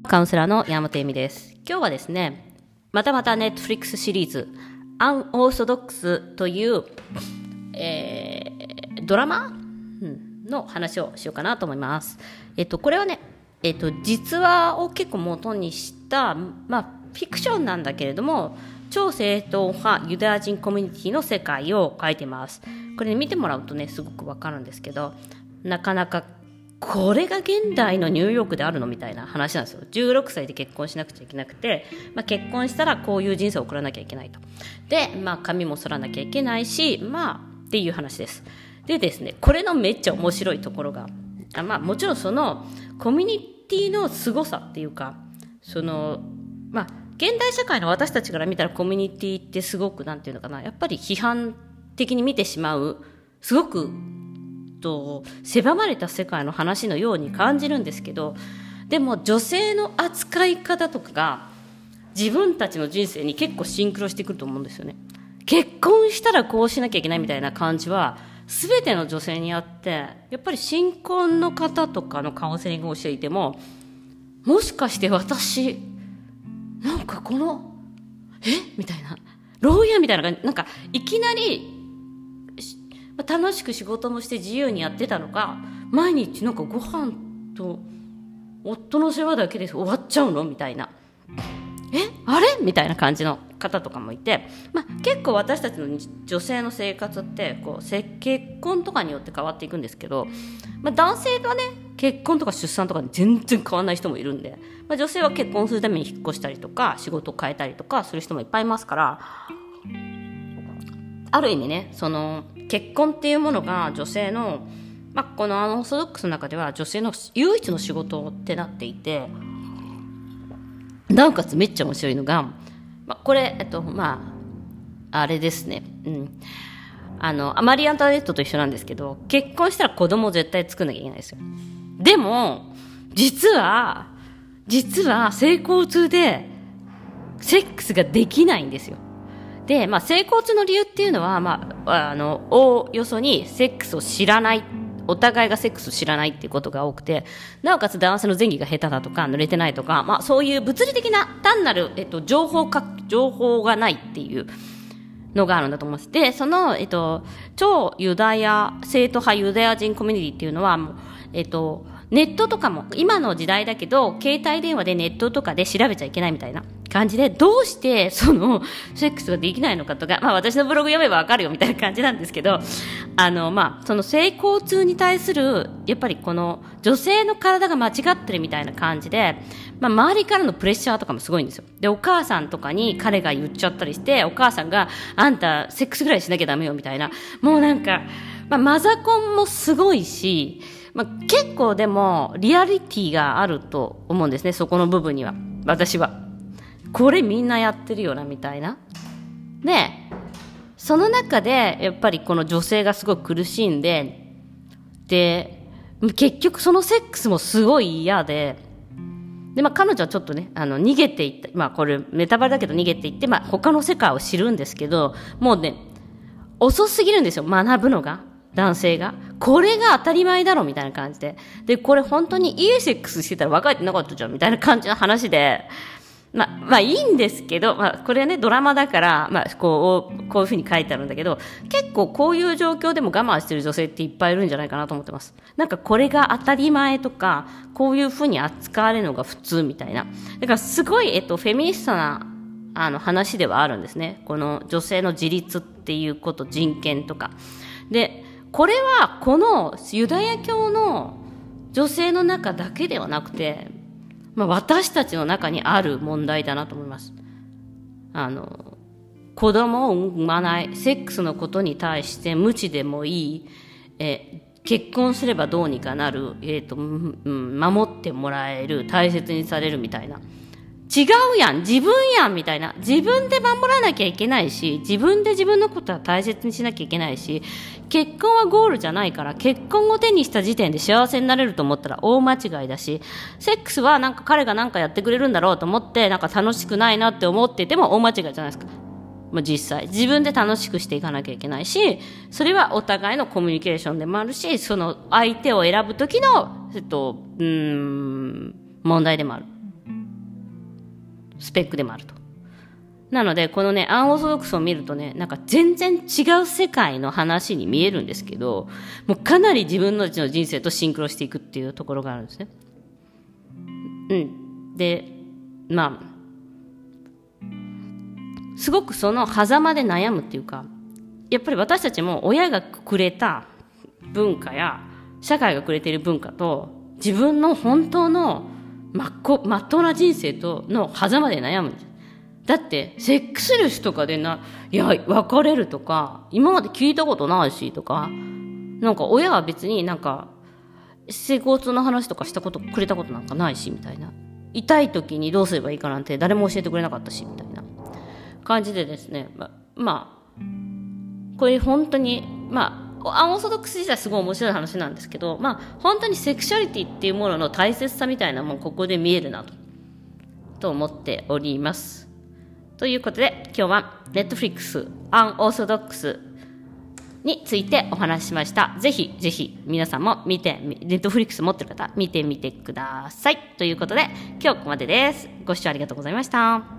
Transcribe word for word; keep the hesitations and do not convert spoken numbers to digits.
カウンセラーの山本恵美です。今日はですね、またまた Netflix シリーズアンオーソドックスという、えー、ドラマ、うん、の話をしようかなと思います。えっとこれはね、えっと実話を結構元にしたまあフィクションなんだけれども、超正統派ユダヤ人コミュニティの世界を書いてます。これ、ね、見てもらうとねすごくわかるんですけど、なかなかこれが現代のニューヨークであるのみたいな話なんですよ。じゅうろくさいで結婚しなくちゃいけなくて、まあ、結婚したらこういう人生を送らなきゃいけないと。で、まあ、髪も剃らなきゃいけないし、まあっていう話です。でですね、これのめっちゃ面白いところが、あ、まあ、もちろんそのコミュニティの凄さっていうか、そのまあ現代社会の私たちから見たらコミュニティってすごくなんていうのかな、やっぱり批判的に見てしまう、すごくと狭まれた世界の話のように感じるんですけど、でも女性の扱い方とかが自分たちの人生に結構シンクロしてくると思うんですよね。結婚したらこうしなきゃいけないみたいな感じは全ての女性にあって、やっぱり新婚の方とかのカウンセリングをしていても、もしかして私なんかこのえみたいな、牢屋みたいな感じ、なんかいきなり楽しく仕事もして自由にやってたのが、毎日なんかご飯と夫の世話だけで終わっちゃうのみたいな、えあれみたいな感じの方とかもいて、まあ、結構私たちの女性の生活ってこう結婚とかによって変わっていくんですけど、まあ、男性がね結婚とか出産とかに全然変わらない人もいるんで、まあ、女性は結婚するために引っ越したりとか仕事を変えたりとかする人もいっぱいいますから、ある意味ね、その結婚っていうものが女性の、まあ、このアンオーソドックスの中では女性の唯一の仕事ってなっていて、なおかつめっちゃ面白いのが、まあ、これえっとまああれですね、うん、あのマリー・アントワネットと一緒なんですけど、結婚したら子供を絶対作んなきゃいけないですよ。でも実は実は性交痛でセックスができないんですよ。で、まあ、性交痛の理由っていうのは、まあ、あのおおよそにセックスを知らない、お互いがセックスを知らないっていうことが多くて、なおかつ男性の前戯が下手だとか濡れてないとか、まあ、そういう物理的な単なる、えっと、情報か情報がないっていうのがあるんだと思います。で、その、えっと、超ユダヤ正統派ユダヤ人コミュニティっていうのはもう、えっと、ネットとかも今の時代だけど携帯電話でネットとかで調べちゃいけないみたいな感じで、どうしてそのセックスができないのかとか、まあ私のブログ読めばわかるよみたいな感じなんですけど、あのまあその性交痛に対するやっぱりこの女性の体が間違ってるみたいな感じで、まあ周りからのプレッシャーとかもすごいんですよ。で、お母さんとかに彼が言っちゃったりして、お母さんがあんたセックスぐらいしなきゃダメよみたいな、もうなんか、まあマザコンもすごいし、まあ、結構でもリアリティがあると思うんですね、そこの部分には。私はこれみんなやってるよなみたいな。でその中でやっぱりこの女性がすごい苦しんで、で結局そのセックスもすごい嫌で、で、まあ、彼女はちょっとねあの逃げていって、まあ、これネタバレだけど逃げていって、まあ、他の世界を知るんですけど、もうね遅すぎるんですよ、学ぶのが。男性がこれが当たり前だろみたいな感じで、でこれ本当にいいセックスしてたら別れてなかったじゃんみたいな感じの話で、まあまあいいんですけど、まあこれはねドラマだから、まあこうこういうふうに書いてあるんだけど、結構こういう状況でも我慢してる女性っていっぱいいるんじゃないかなと思ってます。なんかこれが当たり前とか、こういうふうに扱われるのが普通みたいな、だからすごいえっとフェミニストなあの話ではあるんですね。この女性の自立っていうこと、人権とかで。これはこのユダヤ教の女性の中だけではなくて、まあ、私たちの中にある問題だなと思います。あの子供を産まない、セックスのことに対して無知でもいい、え結婚すればどうにかなる、えーとうん、守ってもらえる、大切にされるみたいな、違うやん自分やんみたいな、自分で守らなきゃいけないし、自分で自分のことは大切にしなきゃいけないし、結婚はゴールじゃないから、結婚を手にした時点で幸せになれると思ったら大間違いだし、セックスはなんか彼がなんかやってくれるんだろうと思ってなんか楽しくないなって思ってても大間違いじゃないですか。まあ、実際自分で楽しくしていかなきゃいけないし、それはお互いのコミュニケーションでもあるし、その相手を選ぶ時の、えっと、うーん問題でもある。 スペックでもあると。なのでこのねアンオーソドックスを見るとね、なんか全然違う世界の話に見えるんですけど、もうかなり自分の人生とシンクロしていくっていうところがあるんですね。うんでまあすごくその狭間で悩むっていうか、やっぱり私たちも親がくれた文化や社会がくれている文化と自分の本当のまっこまっとうな人生との狭間で悩むんです。だってセックスレスとかでないや別れるとか今まで聞いたことないしとか、なんか親は別になんか性交痛の話とかしたことくれたことなんかないしみたいな、痛い時にどうすればいいかなんて誰も教えてくれなかったしみたいな感じでですね、ま、まあこれ本当にまあアンオーソドックス自体すごい面白い話なんですけど、まあ本当にセクシャリティっていうものの大切さみたいなもんここで見えるなとと思っております。ということで今日はネットフリックスアンオーソドックスについてお話ししました。ぜひぜひ皆さんも見て、ネットフリックス持ってる方見てみてください。ということで今日ここまでです。ご視聴ありがとうございました。